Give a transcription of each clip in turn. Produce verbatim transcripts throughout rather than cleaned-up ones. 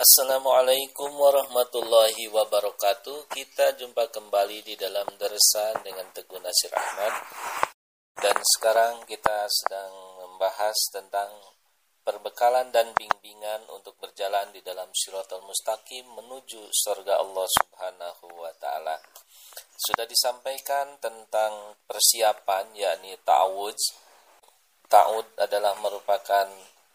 Assalamualaikum warahmatullahi wabarakatuh. Kita jumpa kembali di dalam Dersan dengan Teguh Nasir Ahmad. Dan sekarang kita sedang membahas tentang perbekalan dan bimbingan untuk berjalan di dalam Shiratal Mustaqim menuju surga Allah Subhanahu wa taala. Sudah disampaikan tentang persiapan, yakni ta'awudz. Ta'awud adalah merupakan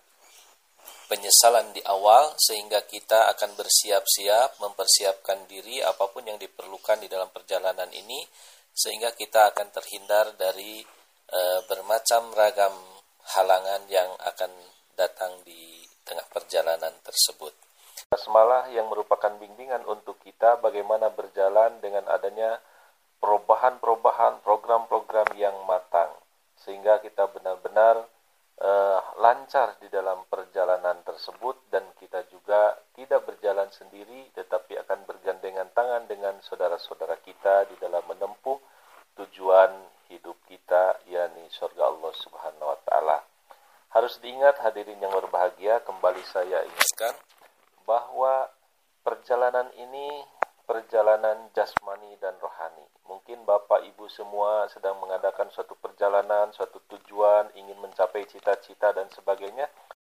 penyesalan di awal, sehingga kita akan bersiap-siap mempersiapkan diri apapun yang diperlukan di dalam perjalanan ini, sehingga kita akan terhindar dari e, bermacam ragam halangan yang akan datang di tengah perjalanan tersebut. Basmalah yang merupakan bimbingan untuk kita bagaimana berjalan dengan adanya perubahan-perubahan program-program yang matang, sehingga kita benar-benar Uh, lancar di dalam perjalanan tersebut, dan kita juga tidak berjalan sendiri tetapi akan bergandengan tangan dengan saudara-saudara kita di dalam menempuh tujuan hidup kita, yakni surga Allah Subhanahu wa taala. Harus diingat hadirin yang berbahagia, kembali saya ingatkan bahwa perjalanan ini perjalanan jasmani dan rohani. Mungkin Bapak Ibu semua sedang mengadakan suatu perjalanan, suatu tujuan, ingin mencapai cita-cita dan sebagainya.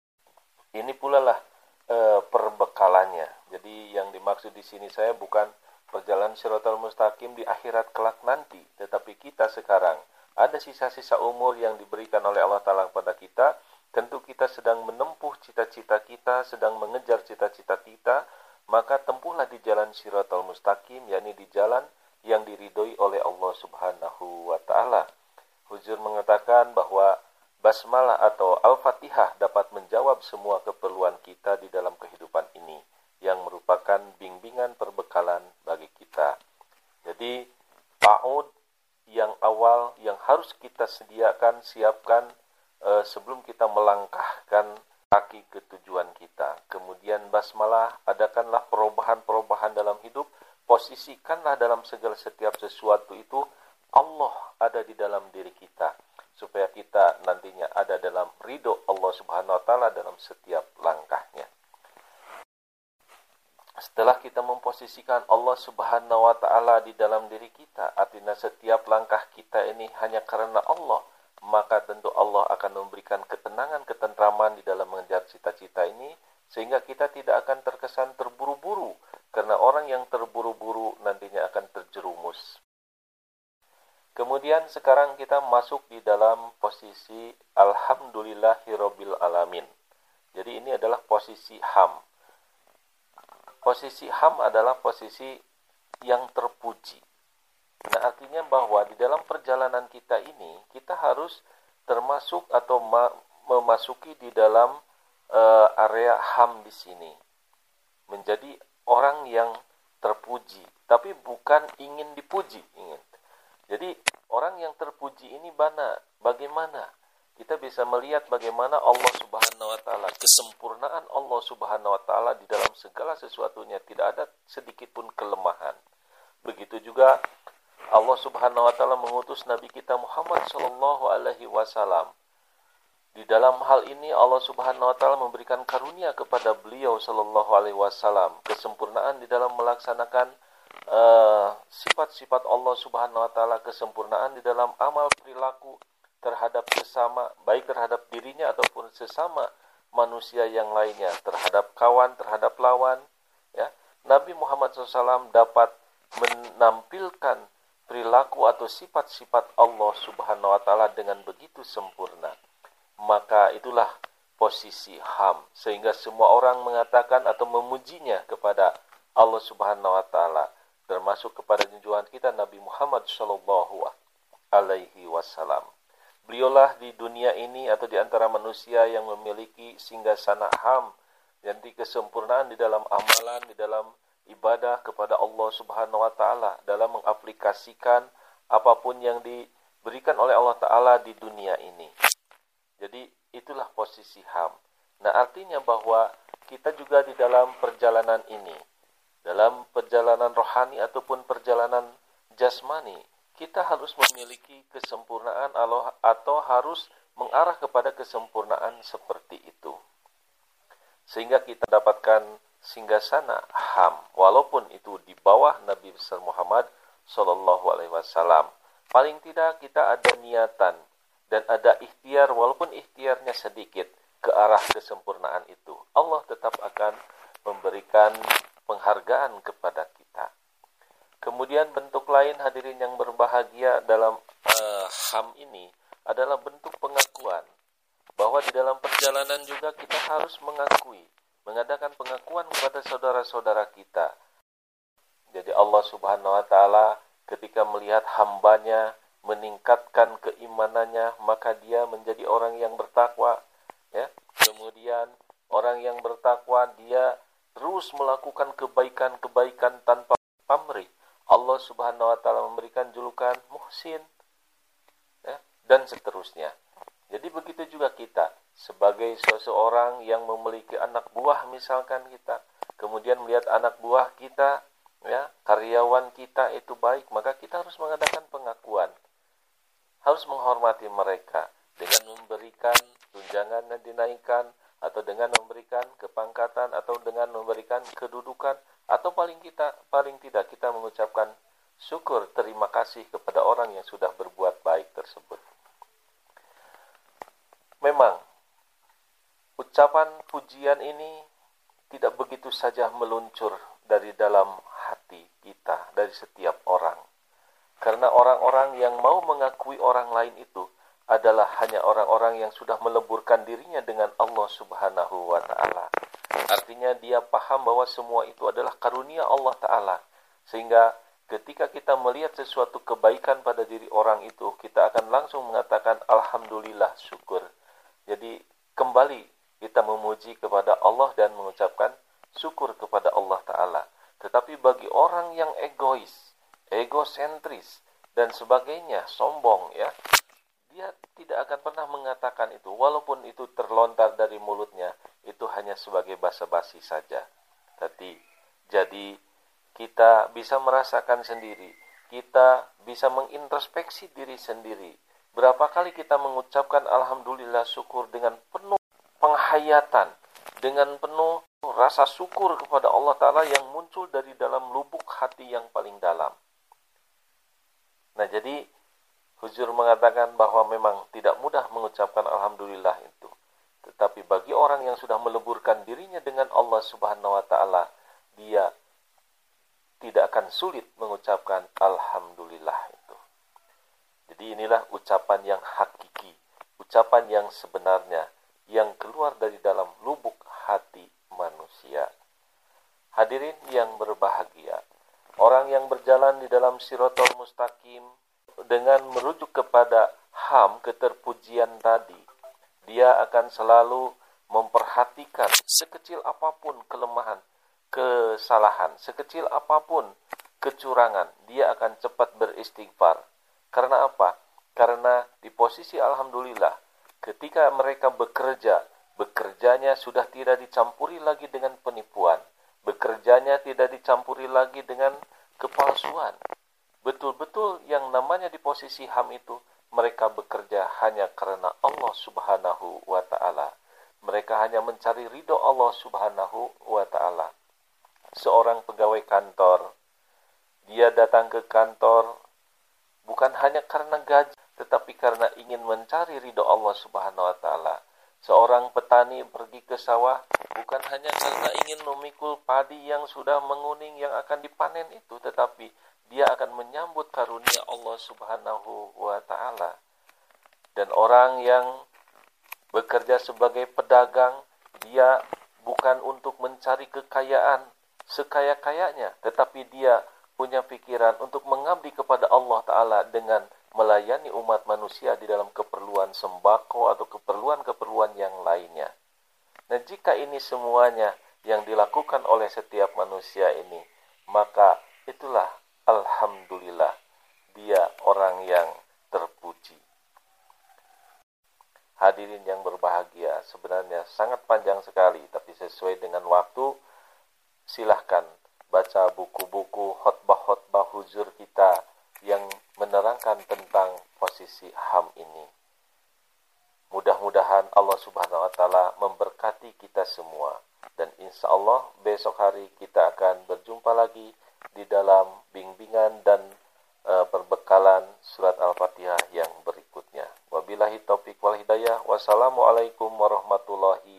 Ini pula lah e, perbekalannya. Jadi yang dimaksud di sini saya bukan perjalanan Shiratal Mustaqim di akhirat kelak nanti, tetapi kita sekarang ada sisa-sisa umur yang diberikan oleh Allah Ta'ala kepada kita. Tentu kita sedang menempuh cita-cita kita, sedang mengejar cita-cita kita, maka tempuhlah di jalan Shiratal Mustaqim, yakni di jalan yang diridhoi oleh Allah Subhanahu wa taala. Huzur mengatakan bahwa basmalah atau Al-Fatihah dapat menjawab semua keperluan kita di dalam kehidupan ini, yang merupakan bimbingan perbekalan bagi kita. Jadi ta'awud yang awal yang harus kita sediakan, siapkan eh, sebelum kita melangkahkan kaki ke tujuan kita. Kemudian basmalah, adakanlah perubahan-perubahan dalam hidup. Posisikanlah dalam segala setiap sesuatu itu Allah ada di dalam diri kita, supaya kita nantinya ada dalam ridho Allah Subhanahu wa taala dalam setiap langkahnya. Setelah kita memposisikan Allah Subhanahu wa taala di dalam diri kita, artinya setiap langkah kita ini hanya karena Allah, maka tentu Allah akan memberikan ketenangan, ketentraman di dalam mengejar cita-cita ini, sehingga kita tidak akan terkesan terburu-buru, karena orang yang terburu-buru nantinya akan terjerumus. Kemudian sekarang kita masuk di dalam posisi Alhamdulillahirabbil alamin. Jadi ini adalah posisi ham. Posisi ham adalah posisi yang terpuji. Nah, artinya bahwa di dalam perjalanan kita ini, kita harus termasuk atau ma- memasuki di dalam uh, area ham di sini. Menjadi orang yang terpuji, tapi bukan ingin dipuji, ingin. Jadi orang yang terpuji ini bana, bagaimana? Kita bisa melihat bagaimana Allah Subhanahu wa taala, kesempurnaan Allah Subhanahu wa taala di dalam segala sesuatunya, tidak ada sedikit pun kelemahan. Begitu juga Allah Subhanahu wa taala mengutus Nabi kita Muhammad sallallahu alaihi wasallam. Di dalam hal ini Allah Subhanahu wa taala memberikan karunia kepada beliau sallallahu alaihi wasallam, kesempurnaan di dalam melaksanakan uh, sifat-sifat Allah Subhanahu wa taala, kesempurnaan di dalam amal perilaku terhadap sesama, baik terhadap dirinya ataupun sesama manusia yang lainnya, terhadap kawan, terhadap lawan, ya. Nabi Muhammad shallallahu alaihi wasallam dapat menampilkan perilaku atau sifat-sifat Allah Subhanahu wa taala dengan begitu sempurna. Maka itulah posisi ham, sehingga semua orang mengatakan atau memujinya kepada Allah Subhanahu wa taala, termasuk kepada junjungan kita Nabi Muhammad sallallahu alaihi wasallam. Beliaulah di dunia ini atau di antara manusia yang memiliki singgasana ham, jadi kesempurnaan di dalam amalan, di dalam ibadah kepada Allah Subhanahu wa taala, dalam mengaplikasikan apapun yang diberikan oleh Allah taala di dunia ini. Jadi itulah posisi ham. Nah, artinya bahwa kita juga di dalam perjalanan ini, dalam perjalanan rohani ataupun perjalanan jasmani, kita harus memiliki kesempurnaan Allah atau harus mengarah kepada kesempurnaan seperti itu. Sehingga kita dapatkan singgasana H A M, walaupun itu di bawah Nabi besar Muhammad Shallallahu Alaihi Wasallam. Paling tidak kita ada niatan dan ada ikhtiar, walaupun ikhtiarnya sedikit, ke arah kesempurnaan itu. Allah tetap akan memberikan penghargaan kepada kita. Kemudian bentuk lain hadirin yang berbahagia dalam uh, H A M ini adalah bentuk pengakuan. Bahwa di dalam perjalanan juga kita harus mengakui, mengadakan pengakuan kepada saudara-saudara kita. Jadi Allah Subhanahu wa Ta'ala ketika melihat hambanya meningkatkan keimanannya, maka dia menjadi orang yang bertakwa, ya. Kemudian orang yang bertakwa dia terus melakukan kebaikan-kebaikan tanpa pamrih. Allah Subhanahu wa Ta'ala memberikan julukan muhsin, ya, dan seterusnya. Jadi begitu juga kita sebagai seseorang yang memiliki anak buah, misalkan kita kemudian melihat anak buah kita, ya, karyawan kita itu baik, maka kita harus mengadakan pengakuan, harus menghormati mereka dengan memberikan tunjangan yang dinaikkan, atau dengan memberikan kepangkatan, atau dengan memberikan kedudukan, atau paling kita paling tidak kita mengucapkan syukur terima kasih kepada orang yang sudah berbuat baik tersebut. Memang ucapan pujian ini tidak begitu saja meluncur dari dalam hati kita, dari setiap orang. Karena orang-orang yang mau mengakui orang lain itu adalah hanya orang-orang yang sudah meleburkan dirinya dengan Allah Subhanahu wa Ta'ala. Artinya dia paham bahwa semua itu adalah karunia Allah Ta'ala. Sehingga ketika kita melihat sesuatu kebaikan pada diri orang itu, kita akan langsung mengatakan Alhamdulillah, syukur. Jadi kembali kita memuji kepada Allah dan mengucapkan syukur kepada Allah Ta'ala. Tetapi bagi orang yang egois, egosentris, dan sebagainya, sombong, ya, dia tidak akan pernah mengatakan itu. Walaupun itu terlontar dari mulutnya, itu hanya sebagai basa-basi saja. Tapi, jadi kita bisa merasakan sendiri, kita bisa mengintrospeksi diri sendiri. Berapa kali kita mengucapkan Alhamdulillah, syukur dengan penuh penghayatan, dengan penuh rasa syukur kepada Allah Ta'ala yang muncul dari dalam lubuk hati yang paling dalam. Nah, jadi Huzur mengatakan bahwa memang tidak mudah mengucapkan Alhamdulillah itu. Tetapi bagi orang yang sudah meleburkan dirinya dengan Allah Subhanahu wa Ta'ala, dia tidak akan sulit mengucapkan Alhamdulillah itu. Jadi inilah ucapan yang hakiki, ucapan yang sebenarnya, yang keluar dari dalam lubuk hati manusia. Hadirin yang berbahagia, orang yang berjalan di dalam Shirathul Mustaqim dengan merujuk kepada H A M, keterpujian tadi, dia akan selalu memperhatikan sekecil apapun kelemahan, kesalahan, sekecil apapun kecurangan, dia akan cepat beristighfar. Karena apa? Karena di posisi Alhamdulillah, ketika mereka bekerja, bekerjanya sudah tidak dicampuri lagi dengan penipuan, bekerjanya tidak dicampuri lagi dengan kepalsuan. Betul-betul yang namanya di posisi H A M itu, mereka bekerja hanya karena Allah Subhanahu wa Ta'ala. Mereka hanya mencari ridho Allah Subhanahu wa Ta'ala. Seorang pegawai kantor, dia datang ke kantor bukan hanya karena gaji, tetapi karena ingin mencari ridho Allah Subhanahu wa Ta'ala. Seorang petani pergi ke sawah bukan hanya karena ingin memikul padi yang sudah menguning yang akan dipanen itu, tetapi dia akan menyambut karunia Allah Subhanahu wa Ta'ala. Dan orang yang bekerja sebagai pedagang, dia bukan untuk mencari kekayaan sekaya-kayanya, tetapi dia punya pikiran untuk mengabdi kepada Allah Ta'ala dengan melayani umat manusia di dalam keperluan sembako atau keperluan-keperluan yang lainnya. Nah, jika ini semuanya yang dilakukan oleh setiap manusia ini, maka itulah Alhamdulillah, dia orang yang terpuji. Hadirin yang berbahagia, sebenarnya sangat panjang sekali, tapi sesuai dengan waktu, silahkan baca buku-buku khotbah-khotbah huzur kita yang menerangkan tentang posisi H A M ini. Mudah-mudahan Allah Subhanahu wa Ta'ala memberkati kita semua, dan insya insya Allah besok hari kita akan berjumpa lagi di dalam bimbingan dan e, perbekalan surat Al-Fatihah yang berikutnya. Wabillahi taufiq wal hidayah. Wassalamualaikum warahmatullahi